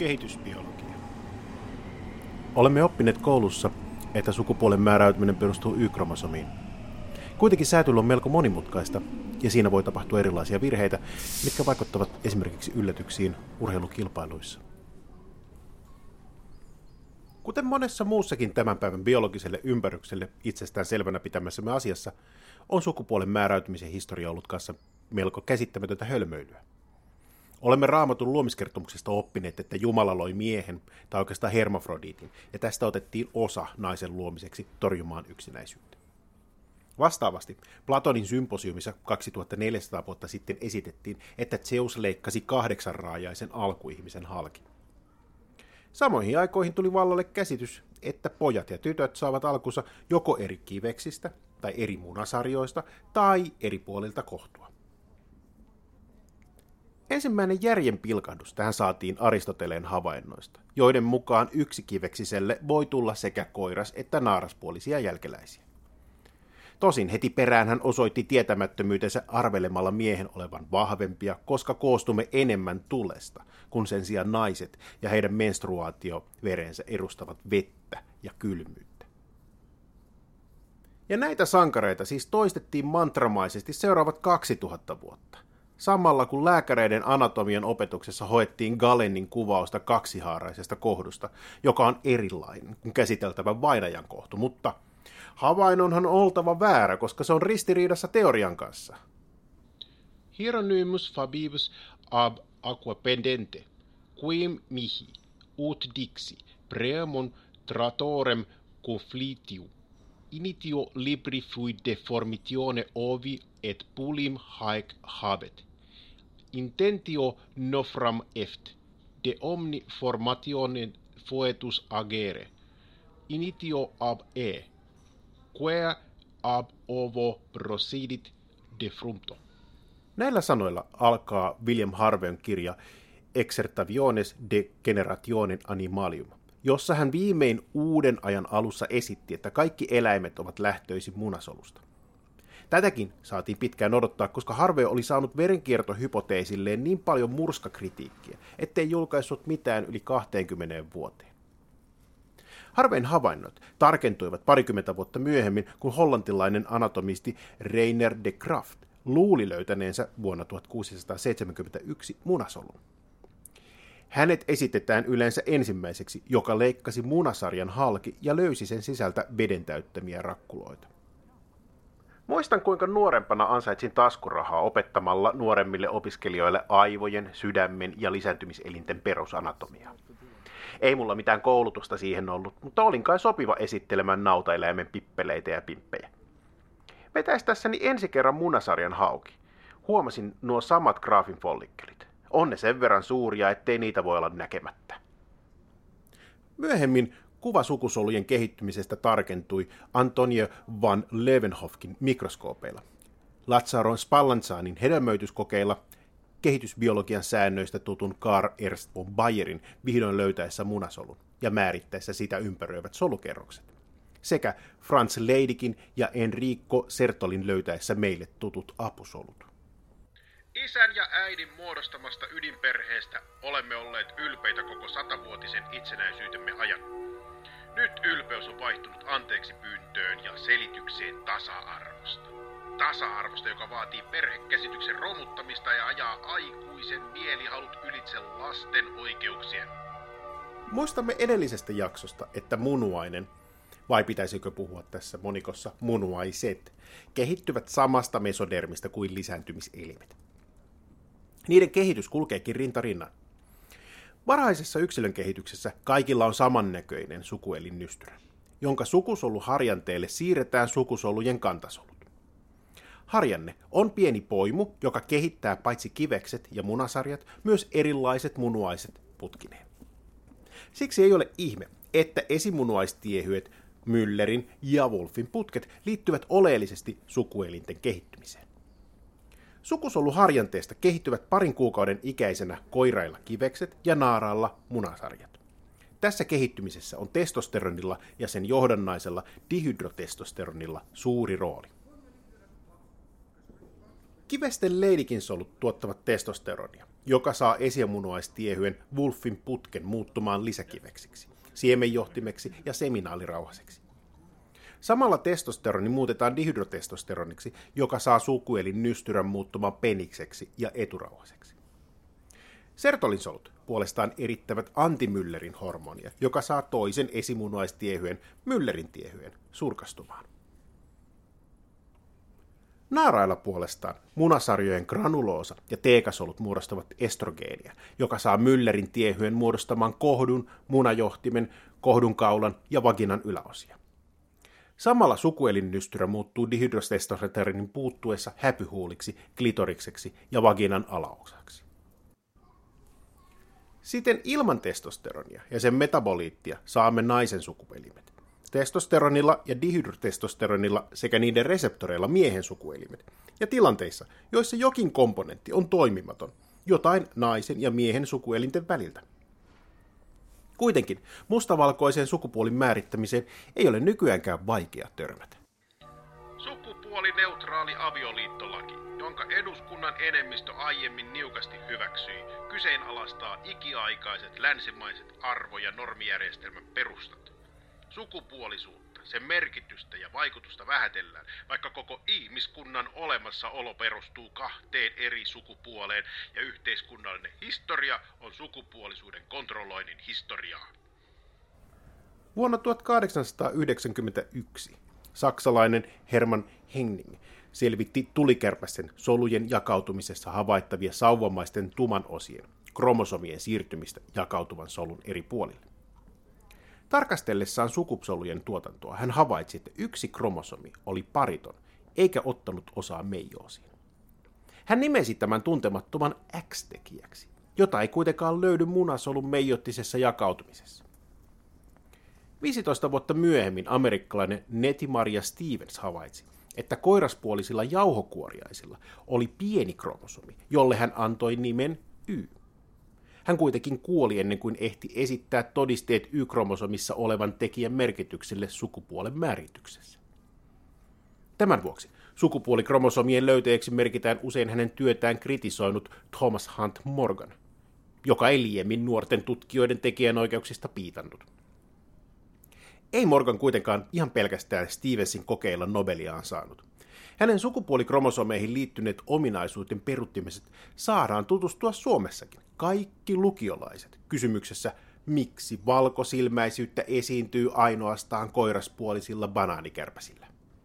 Kehitysbiologia. Olemme oppineet koulussa, että sukupuolen määräytyminen perustuu Y-kromosomiin. Kuitenkin säätely on melko monimutkaista, ja siinä voi tapahtua erilaisia virheitä, mitkä vaikuttavat esimerkiksi yllätyksiin urheilukilpailuissa. Kuten monessa muussakin tämän päivän biologiselle ympärrykselle itsestään selvänä pitämässämme asiassa, on sukupuolen määräytymisen historia ollut kanssa melko käsittämätöntä hölmöilyä. Olemme Raamatun luomiskertomuksesta oppineet, että Jumala loi miehen, tai oikeastaan hermafrodiitin, ja tästä otettiin osa naisen luomiseksi torjumaan yksinäisyyttä. Vastaavasti Platonin symposiumissa 2400 vuotta sitten esitettiin, että Zeus leikkasi 8-raajaisen alkuihmisen halki. Samoihin aikoihin tuli vallalle käsitys, että pojat ja tytöt saavat alkunsa joko eri kiveksistä, tai eri munasarjoista, tai eri puolilta kohtua. Ensimmäinen järjen pilkahdus tähän saatiin Aristoteleen havainnoista, joiden mukaan yksikiveksiselle voi tulla sekä koiras- että naaraspuolisia jälkeläisiä. Tosin heti perään hän osoitti tietämättömyytensä arvelemalla miehen olevan vahvempia, koska koostumme enemmän tulesta, kun sen sijaan naiset ja heidän menstruaatioverensä edustavat vettä ja kylmyyttä. Ja näitä sankareita siis toistettiin mantramaisesti seuraavat 2000 vuotta. Samalla kun lääkäreiden anatomian opetuksessa hoettiin Galennin kuvausta kaksihaaraisesta kohdusta, joka on erilainen kuin käsiteltävä vainajan kohtu, mutta havainonhan on oltava väärä, koska se on ristiriidassa teorian kanssa. Hieronymus fabibus ab aqua pendente, quim mihi, ut dixi, premonstratorem conflitiu, initio libri fui deformitione ovi et pulim haec habet. Intentio nofram eft, de omni formatione foetus agere, initio ab e, quae ab ovo procidit defrumpto. Näillä sanoilla alkaa William Harveyn kirja Exertationes de Generationem Animalium, jossa hän viimein uuden ajan alussa esitti, että kaikki eläimet ovat lähtöisin munasolusta. Tätäkin saatiin pitkään odottaa, koska Harvey oli saanut verenkiertohypoteesilleen niin paljon murskakritiikkiä, ettei julkaissut mitään yli 20 vuoteen. Harveyn havainnot tarkentuivat parikymmentä vuotta myöhemmin, kun hollantilainen anatomisti Reiner de Graaf luuli löytäneensä vuonna 1671 munasolun. Hänet esitetään yleensä ensimmäiseksi, joka leikkasi munasarjan halki ja löysi sen sisältä veden täyttämiä rakkuloita. Muistan, kuinka nuorempana ansaitsin taskurahaa opettamalla nuoremmille opiskelijoille aivojen, sydämen ja lisääntymiselinten perusanatomiaa. Ei mulla mitään koulutusta siihen ollut, mutta olin kai sopiva esittelemään nautaeläimen pippeleitä ja pimppejä. Vetäistässäni ensi kerran munasarjan hauki. Huomasin nuo samat Graafin follikkelit. On ne sen verran suuria, ettei niitä voi olla näkemättä. Myöhemmin kuva sukusolujen kehittymisestä tarkentui Antonio van Leeuwenhoekin mikroskoopeilla, Lazzaro Spallanzanin hedelmöityskokeilla, kehitysbiologian säännöistä tutun Carl Ernst von Bayerin vihdoin löytäessä munasolun ja määrittäessä sitä ympäröivät solukerrokset, sekä Franz Leydickin ja Enrico Sertolin löytäessä meille tutut apusolut. Isän ja äidin muodostamasta ydinperheestä olemme olleet ylpeitä koko 100-vuotisen itsenäisyytemme ajan. Nyt ylpeys on vaihtunut anteeksi pyyntöön ja selitykseen tasa-arvosta. Tasa-arvosta, joka vaatii perhekäsityksen romuttamista ja ajaa aikuisen mielihalut ylitse lasten oikeuksien. Muistamme edellisestä jaksosta, että munuainen, vai pitäisikö puhua tässä monikossa munuaiset, kehittyvät samasta mesodermistä kuin lisääntymiselimet. Niiden kehitys kulkeekin rinta rinnan. Varhaisessa yksilön kehityksessä kaikilla on samannäköinen sukuelinnystyrä, jonka sukusoluharjanteelle siirretään sukusolujen kantasolut. Harjanne on pieni poimu, joka kehittää paitsi kivekset ja munasarjat, myös erilaiset munuaiset putkineen. Siksi ei ole ihme, että esimunuaistiehyet, Müllerin ja Wolffin putket liittyvät oleellisesti sukuelinten kehittymiseen. Sukusoluharjanteesta kehittyvät parin kuukauden ikäisenä koirailla kivekset ja naaraalla munasarjat. Tässä kehittymisessä on testosteronilla ja sen johdannaisella dihydrotestosteronilla suuri rooli. Kivesten leidikinsolut tuottavat testosteronia, joka saa esimunuaistiehyen Wolffin putken muuttumaan lisäkiveksiksi, siemenjohtimeksi ja seminaalirauhaseksi. Samalla testosteroni muutetaan dihydrotestosteroniksi, joka saa sukuelin nystyrän muuttumaan penikseksi ja eturauhaseksi. Sertolinsolut puolestaan erittävät antimüllerin hormonia, joka saa toisen esimunuaistiehyen, müllerin tiehyen, surkastumaan. Naarailla puolestaan munasarjojen granuloosa ja teekasolut muodostavat estrogeenia, joka saa müllerin tiehyen muodostamaan kohdun, munajohtimen, kohdunkaulan ja vaginan yläosia. Samalla sukuelinnystyrä muuttuu dihydrotestosteronin puuttuessa häpyhuuliksi, klitorikseksi ja vaginan alaosaksi. Siten ilman testosteronia ja sen metaboliittia saamme naisen sukuelimet. Testosteronilla ja dihydrotestosteronilla sekä niiden reseptoreilla miehen sukuelimet, ja tilanteissa, joissa jokin komponentti on toimimaton, jotain naisen ja miehen sukuelinten väliltä. Kuitenkin mustavalkoisen sukupuolin määrittämiseen ei ole nykyäänkään vaikea törmätä. Sukupuolineutraali avioliittolaki, jonka eduskunnan enemmistö aiemmin niukasti hyväksyi, kyseenalaistaa ikiaikaiset länsimaiset arvo- ja normijärjestelmän perustat. Sukupuolisuutta, sen merkitystä ja vaikutusta vähätellään, vaikka koko ihmiskunnan olemassaolo perustuu kahteen eri sukupuoleen ja yhteiskunnallinen historia on sukupuolisuuden kontrolloinnin historiaa. Vuonna 1891 saksalainen Hermann Henning selvitti tulikärpäsen solujen jakautumisessa havaittavia sauvamaisten tuman osien, kromosomien siirtymistä jakautuvan solun eri puolille. Tarkastellessaan sukusolujen tuotantoa hän havaitsi, että yksi kromosomi oli pariton, eikä ottanut osaa meijoosiin. Hän nimesi tämän tuntemattoman X-tekijäksi, jota ei kuitenkaan löydy munasolun meijottisessa jakautumisessa. 15 vuotta myöhemmin amerikkalainen Nettie Maria Stevens havaitsi, että koiraspuolisilla jauhokuoriaisilla oli pieni kromosomi, jolle hän antoi nimen Y. Hän kuitenkin kuoli ennen kuin ehti esittää todisteet Y-kromosomissa olevan tekijän merkitykselle sukupuolen määrityksessä. Tämän vuoksi sukupuolikromosomien löytäjäksi merkitään usein hänen työtään kritisoinut Thomas Hunt Morgan, joka ei liiemmin nuorten tutkijoiden tekijänoikeuksista piitannut. Ei Morgan kuitenkaan ihan pelkästään Stevensin kokeilla Nobeliaan saanut. Hänen sukupuolikromosomeihin liittyneet ominaisuuden peruuttimiset saadaan tutustua Suomessakin. Kaikki lukiolaiset kysymyksessä, miksi valkosilmäisyyttä esiintyy ainoastaan koiraspuolisilla banaanikärpäsillä.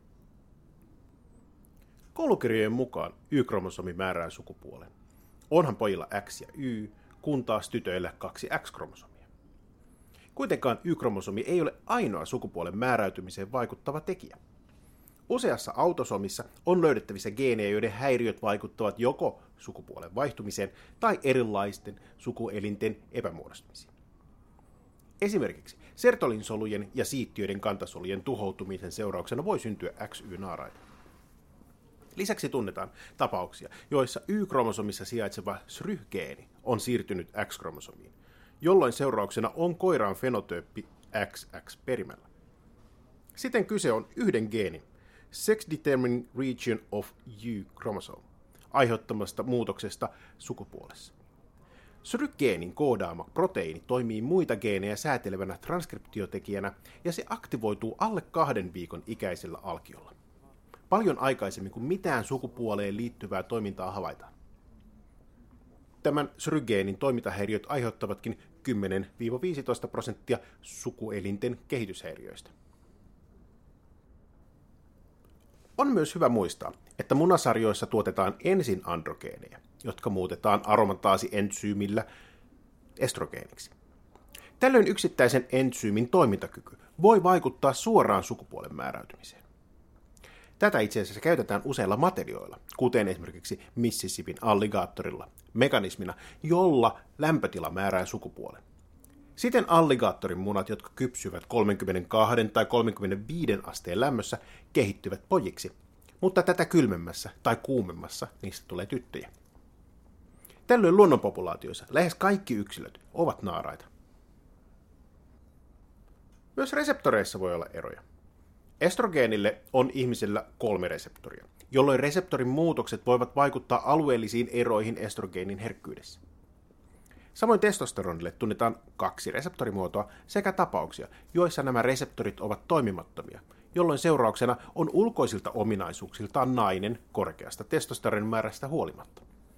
Koulukirjojen mukaan Y-kromosomi määrää sukupuolen. Onhan pojilla X ja Y, kun taas tytöillä 2 X-kromosomia. Kuitenkaan Y-kromosomi ei ole ainoa sukupuolen määräytymiseen vaikuttava tekijä. Useassa autosomissa on löydettävissä geenejä, joiden häiriöt vaikuttavat joko sukupuolen vaihtumiseen tai erilaisten sukuelinten epämuodostumiseen. Esimerkiksi sertolinsolujen ja siittiöiden kantasolujen tuhoutumisen seurauksena voi syntyä XY-naaraita. Lisäksi tunnetaan tapauksia, joissa Y-kromosomissa sijaitseva SRY-geeni on siirtynyt X-kromosomiin, jolloin seurauksena on koiraan fenotyyppi XX-perimällä. Siten kyse on yhden geenin, sex-determining region of Y-chromosome, aiheuttamasta muutoksesta sukupuolessa. SRY-geenin koodaama proteiini toimii muita geenejä säätelevänä transkriptiotekijänä ja se aktivoituu alle 2 viikon ikäisellä alkiolla. Paljon aikaisemmin kuin mitään sukupuoleen liittyvää toimintaa havaitaan. Tämän SRY-geenin toimintahäiriöt aiheuttavatkin 10–15% sukuelinten kehityshäiriöistä. On myös hyvä muistaa, että munasarjoissa tuotetaan ensin androgeeneja, jotka muutetaan aromataasi-entsyymillä estrogeeniksi. Tällöin yksittäisen entsyymin toimintakyky voi vaikuttaa suoraan sukupuolen määräytymiseen. Tätä itse asiassa käytetään useilla materioilla, kuten esimerkiksi Mississippin alligaattorilla, mekanismina, jolla lämpötila määrää sukupuolen. Siten alligaattorin munat, jotka kypsyvät 32 tai 35 asteen lämmössä, kehittyvät pojiksi, mutta tätä kylmemmässä tai kuumemmassa niistä tulee tyttöjä. Tällöin luonnonpopulaatioissa lähes kaikki yksilöt ovat naaraita. Myös reseptoreissa voi olla eroja. Estrogeenille on ihmisellä 3 reseptoria, jolloin reseptorin muutokset voivat vaikuttaa alueellisiin eroihin estrogeenin herkkyydessä. Samoin testosteronille tunnetaan 2 reseptorimuotoa sekä tapauksia, joissa nämä reseptorit ovat toimimattomia, jolloin seurauksena on ulkoisilta ominaisuuksiltaan nainen korkeasta testosteronin määrästä huolimatta.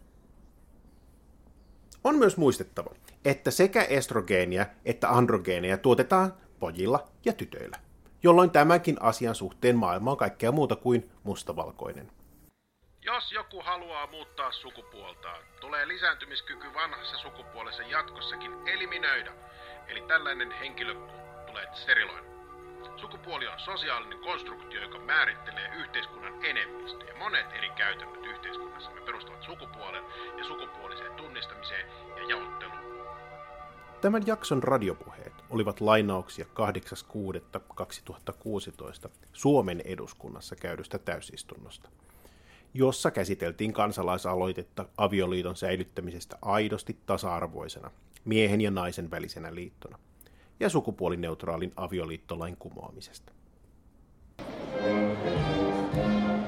On myös muistettava, että sekä estrogeenia että androgeeneja tuotetaan pojilla ja tytöillä, jolloin tämänkin asian suhteen maailma on kaikkea muuta kuin mustavalkoinen. Jos joku haluaa muuttaa sukupuoltaan, tulee lisääntymiskyky vanhassa sukupuolessa jatkossakin eliminoida, eli tällainen henkilö tulee steriloida. Sukupuoli on sosiaalinen konstruktio, joka määrittelee yhteiskunnan enemmistö, ja monet eri käytännöt yhteiskunnassamme perustuvat sukupuolen ja sukupuoliseen tunnistamiseen ja jaotteluun. Tämän jakson radiopuheet olivat lainauksia 8.6.2016 Suomen eduskunnassa käydystä täysistunnosta, jossa käsiteltiin kansalaisaloitetta avioliiton säilyttämisestä aidosti tasa-arvoisena, miehen ja naisen välisenä liittona, ja sukupuolineutraalin avioliittolain kumoamisesta.